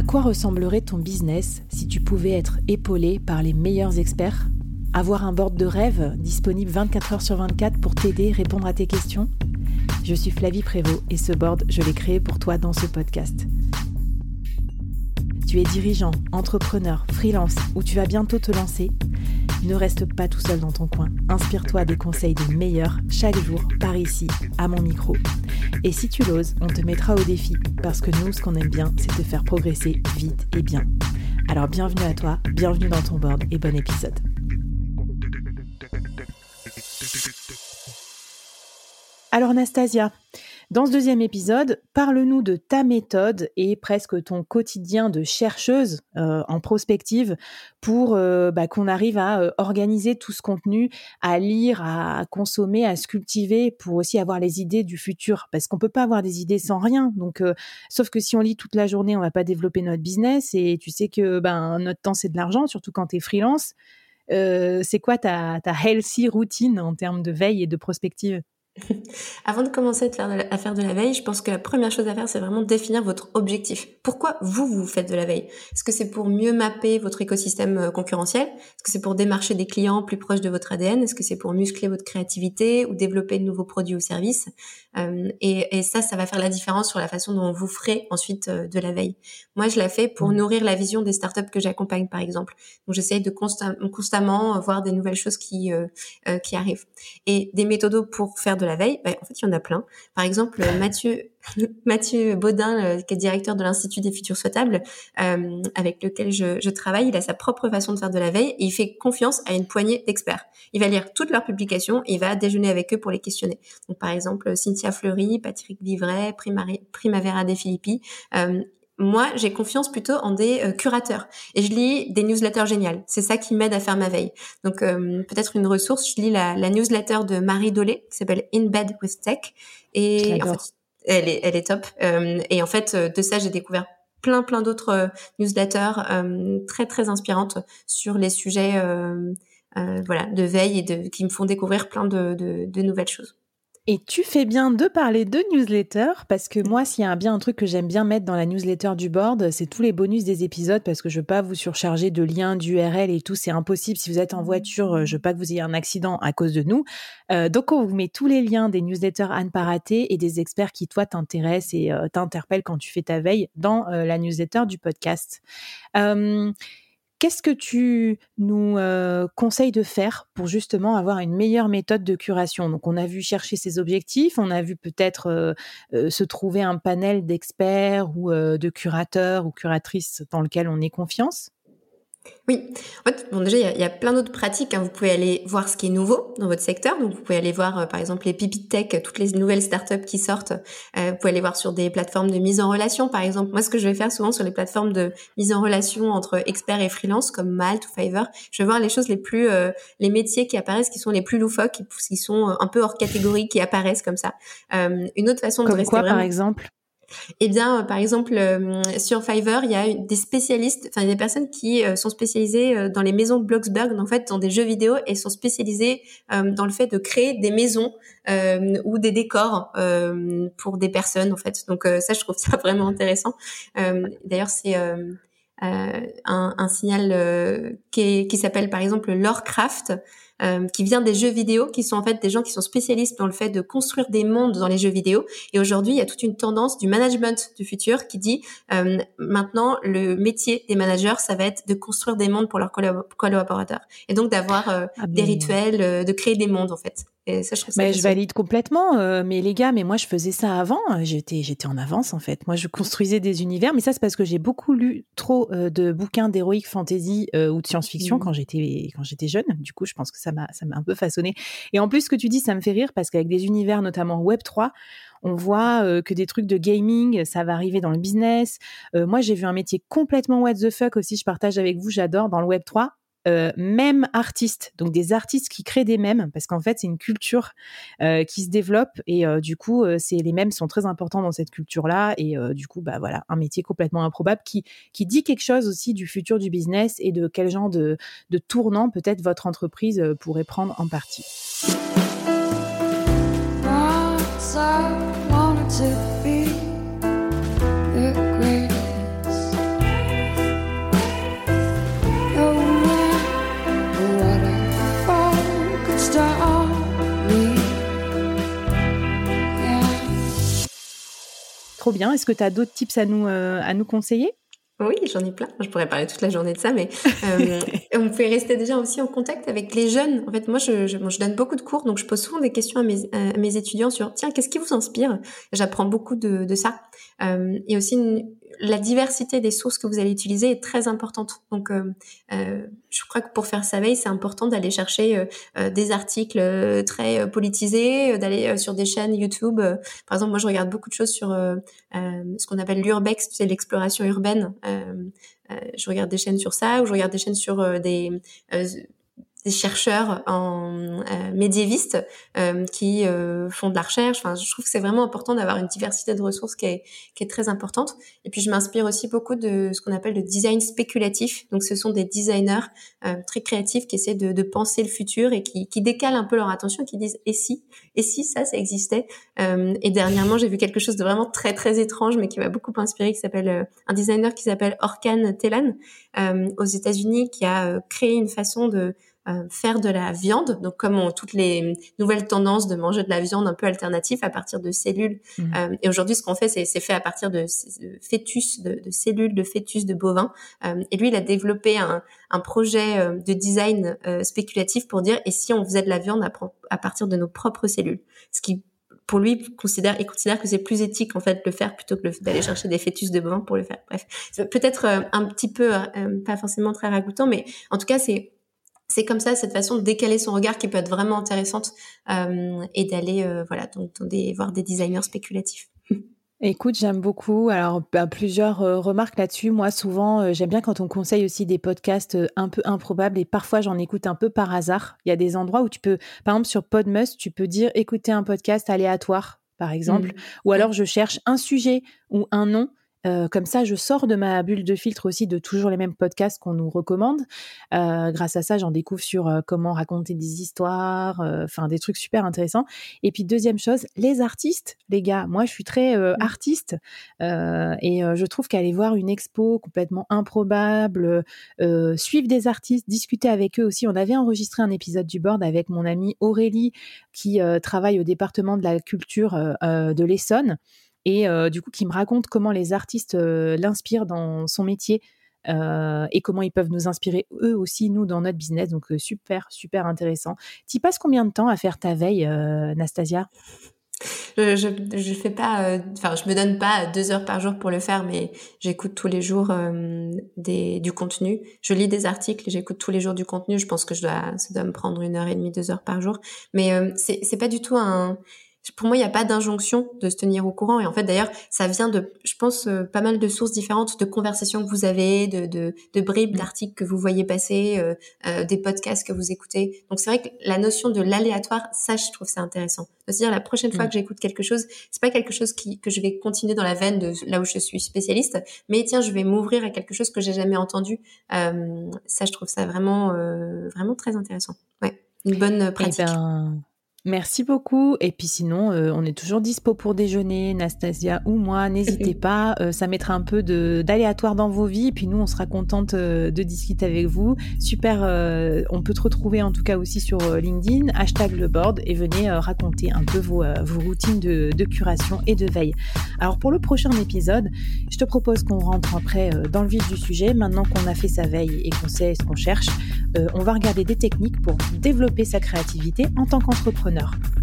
quoi ressemblerait ton business si tu pouvais être épaulé par les meilleurs experts ? Avoir un board de rêve disponible 24 heures sur 24 pour t'aider, répondre à tes questions ? Je suis Flavie Prévost et ce board, je l'ai créé pour toi dans ce podcast. Tu es dirigeant, entrepreneur, freelance ou tu vas bientôt te lancer ? Ne reste pas tout seul dans ton coin. Inspire-toi des conseils des meilleurs chaque jour par ici, à mon micro. Et si tu l'oses, on te mettra au défi parce que nous, ce qu'on aime bien, c'est te faire progresser vite et bien. Alors bienvenue à toi, bienvenue dans ton board et bon épisode. Alors Nastasia, dans ce deuxième épisode, parle-nous de ta méthode et presque ton quotidien de chercheuse en prospective pour qu'on arrive à organiser tout ce contenu, à lire, à consommer, à se cultiver pour aussi avoir les idées du futur. Parce qu'on peut pas avoir des idées sans rien. Donc, sauf que si on lit toute la journée, on va pas développer notre business. Et tu sais que notre temps, c'est de l'argent, surtout quand tu es freelance. C'est quoi ta healthy routine en termes de veille et de prospective ? Avant de commencer à faire de la veille, je pense que la première chose à faire, c'est vraiment définir votre objectif. Pourquoi vous faites de la veille ? Est-ce que c'est pour mieux mapper votre écosystème concurrentiel ? Est-ce que c'est pour démarcher des clients plus proches de votre ADN ? Est-ce que c'est pour muscler votre créativité ou développer de nouveaux produits ou services ? Et ça va faire la différence sur la façon dont vous ferez ensuite de la veille. Moi, je la fais pour nourrir la vision des startups que j'accompagne, par exemple. Donc, j'essaye de constamment voir des nouvelles choses qui arrivent. Et des méthodos pour faire de la veille, en fait, il y en a plein. Par exemple, Mathieu Baudin, qui est directeur de l'Institut des Futurs Souhaitables, avec lequel je travaille, il a sa propre façon de faire de la veille et il fait confiance à une poignée d'experts. Il va lire toutes leurs publications et il va déjeuner avec eux pour les questionner. Donc, par exemple, Cynthia Fleury, Patrick Livret, Primavera De Filippi. Moi, j'ai confiance plutôt en des curateurs et je lis des newsletters géniales. C'est ça qui m'aide à faire ma veille. Donc, peut-être une ressource, je lis la newsletter de Marie Dolé qui s'appelle In Bed with Tech et en fait, elle est top. Et en fait, de ça, j'ai découvert plein d'autres newsletters très très inspirantes sur les sujets de veille et qui me font découvrir plein de nouvelles choses. Et tu fais bien de parler de newsletter parce que moi, s'il y a bien un truc que j'aime bien mettre dans la newsletter du board, c'est tous les bonus des épisodes parce que je veux pas vous surcharger de liens, d'URL et tout. C'est impossible. Si vous êtes en voiture, je veux pas que vous ayez un accident à cause de nous. Donc, on vous met tous les liens des newsletters à ne pas rater et des experts qui, toi, t'intéressent et t'interpellent quand tu fais ta veille dans la newsletter du podcast. Qu'est-ce que tu nous conseilles de faire pour justement avoir une meilleure méthode de curation ? Donc, on a vu chercher ses objectifs, on a vu peut-être se trouver un panel d'experts ou de curateurs ou curatrices dans lequel on ait confiance. Oui, en fait, déjà, il y a plein d'autres pratiques. Vous pouvez aller voir ce qui est nouveau dans votre secteur. Donc, vous pouvez aller voir, par exemple, les pépites tech, toutes les nouvelles startups qui sortent. Vous pouvez aller voir sur des plateformes de mise en relation, par exemple. Moi, ce que je vais faire souvent sur les plateformes de mise en relation entre experts et freelance, comme Malt ou Fiverr, je vais voir les choses les métiers qui apparaissent, qui sont les plus loufoques, qui sont un peu hors catégorie, qui apparaissent comme ça. Une autre façon de rester quoi, vraiment... par exemple ? Eh bien, par exemple, sur Fiverr, il y a des spécialistes, des personnes qui sont spécialisées dans les maisons de Bloxburg, en fait, dans des jeux vidéo, et sont spécialisées dans le fait de créer des maisons ou des décors pour des personnes, en fait. Donc ça, je trouve ça vraiment intéressant. D'ailleurs, c'est un signal qui s'appelle, par exemple, Lorecraft, qui vient des jeux vidéo, qui sont en fait des gens qui sont spécialistes dans le fait de construire des mondes dans les jeux vidéo. Et aujourd'hui, il y a toute une tendance du management du futur qui dit maintenant, le métier des managers, ça va être de construire des mondes pour leurs collaborateurs. Et donc d'avoir des rituels, de créer des mondes, en fait. Et ça, je trouve ça je valide complètement. Mais les gars, moi, je faisais ça avant. J'étais en avance, en fait. Moi, je construisais des univers. Mais ça, c'est parce que j'ai beaucoup lu trop de bouquins d'heroic fantasy ou de science-fiction quand j'étais jeune. Du coup, je pense que ça m'a un peu façonné. Et en plus, ce que tu dis, ça me fait rire parce qu'avec des univers, notamment Web3, on voit que des trucs de gaming, ça va arriver dans le business. Moi, j'ai vu un métier complètement what the fuck aussi. Je partage avec vous, j'adore, dans le Web3. Mème artistes, donc des artistes qui créent des mèmes, parce qu'en fait c'est une culture qui se développe et du coup les mèmes sont très importants dans cette culture-là et du coup voilà, un métier complètement improbable qui dit quelque chose aussi du futur du business et de quel genre de tournant peut-être votre entreprise pourrait prendre en partie. Trop bien. Est-ce que tu as d'autres tips à nous conseiller? Oui, j'en ai plein. Je pourrais parler toute la journée de ça, mais on peut rester déjà aussi en contact avec les jeunes. En fait, moi, je donne beaucoup de cours, donc je pose souvent des questions à mes étudiants sur, tiens, qu'est-ce qui vous inspire? J'apprends beaucoup de ça. Et aussi, la diversité des sources que vous allez utiliser est très importante. Donc, je crois que pour faire sa veille, c'est important d'aller chercher des articles très politisés, d'aller sur des chaînes YouTube. Par exemple, moi, je regarde beaucoup de choses sur ce qu'on appelle l'urbex, c'est l'exploration urbaine. Je regarde des chaînes sur ça, ou je regarde des chaînes sur des chercheurs en médiévistes qui font de la recherche. Enfin, je trouve que c'est vraiment important d'avoir une diversité de ressources qui est très importante. Et puis, je m'inspire aussi beaucoup de ce qu'on appelle le design spéculatif. Donc, ce sont des designers très créatifs qui essaient de penser le futur et qui décalent un peu leur attention, qui disent « et si ça existait ?» Et dernièrement, j'ai vu quelque chose de vraiment très, très étrange, mais qui m'a beaucoup inspiré, qui s'appelle un designer qui s'appelle Orkan Telan aux États-Unis, qui a créé une façon de faire de la viande, donc comme toutes les nouvelles tendances de manger de la viande un peu alternative à partir de cellules. Et aujourd'hui, ce qu'on fait, c'est fait à partir de fœtus, de cellules de fœtus de bovins. Et lui, il a développé un projet de design spéculatif pour dire, et si on faisait de la viande à partir de nos propres cellules, ce qui pour lui, il considère que c'est plus éthique en fait de le faire plutôt que d'aller chercher des fœtus de bovins pour le faire. Bref, c'est peut-être un petit peu pas forcément très ragoûtant, mais en tout cas c'est comme ça, cette façon de décaler son regard qui peut être vraiment intéressante et d'aller voir des designers spéculatifs. Écoute, j'aime beaucoup. Alors, plusieurs remarques là-dessus. Moi, souvent, j'aime bien quand on conseille aussi des podcasts un peu improbables et parfois, j'en écoute un peu par hasard. Il y a des endroits où tu peux, par exemple, sur Podmust, tu peux dire écouter un podcast aléatoire, par exemple, ou alors je cherche un sujet ou un nom. Comme ça, je sors de ma bulle de filtre aussi de toujours les mêmes podcasts qu'on nous recommande. Grâce à ça, j'en découvre sur comment raconter des histoires, des trucs super intéressants. Et puis, deuxième chose, les artistes, les gars. Moi, je suis très artiste et je trouve qu'aller voir une expo complètement improbable, suivre des artistes, discuter avec eux aussi. On avait enregistré un épisode du board avec mon amie Aurélie qui travaille au département de la culture de l'Essonne. Et du coup, qui me raconte comment les artistes l'inspirent dans son métier et comment ils peuvent nous inspirer eux aussi, nous, dans notre business. Donc, super, super intéressant. Tu passes combien de temps à faire ta veille, Nastasia ? Je fais pas, je me donne pas 2 heures par jour pour le faire, mais j'écoute tous les jours du contenu. Je lis des articles et j'écoute tous les jours du contenu. Je pense que ça doit me prendre 1h30, 2 heures par jour. Mais c'est pas du tout pour moi, il n'y a pas d'injonction de se tenir au courant. Et en fait, d'ailleurs, ça vient de, je pense, pas mal de sources différentes, de conversations que vous avez, de bribes d'articles que vous voyez passer, des podcasts que vous écoutez. Donc, c'est vrai que la notion de l'aléatoire, ça, je trouve ça intéressant. De se dire, la prochaine fois que j'écoute quelque chose, c'est pas quelque chose que je vais continuer dans la veine de là où je suis spécialiste, mais tiens, je vais m'ouvrir à quelque chose que j'ai jamais entendu. Ça, je trouve ça vraiment, vraiment très intéressant. Ouais, une bonne pratique. Merci beaucoup. Et puis sinon, on est toujours dispo pour déjeuner, Nastasia ou moi. N'hésitez pas. Ça mettra un peu d'aléatoire dans vos vies. Et puis nous, on sera contente de discuter avec vous. Super. On peut te retrouver en tout cas aussi sur LinkedIn, #leboard, et venez raconter un peu vos routines de curation et de veille. Alors pour le prochain épisode, je te propose qu'on rentre après dans le vif du sujet. Maintenant qu'on a fait sa veille et qu'on sait ce qu'on cherche, on va regarder des techniques pour développer sa créativité en tant qu'entrepreneur.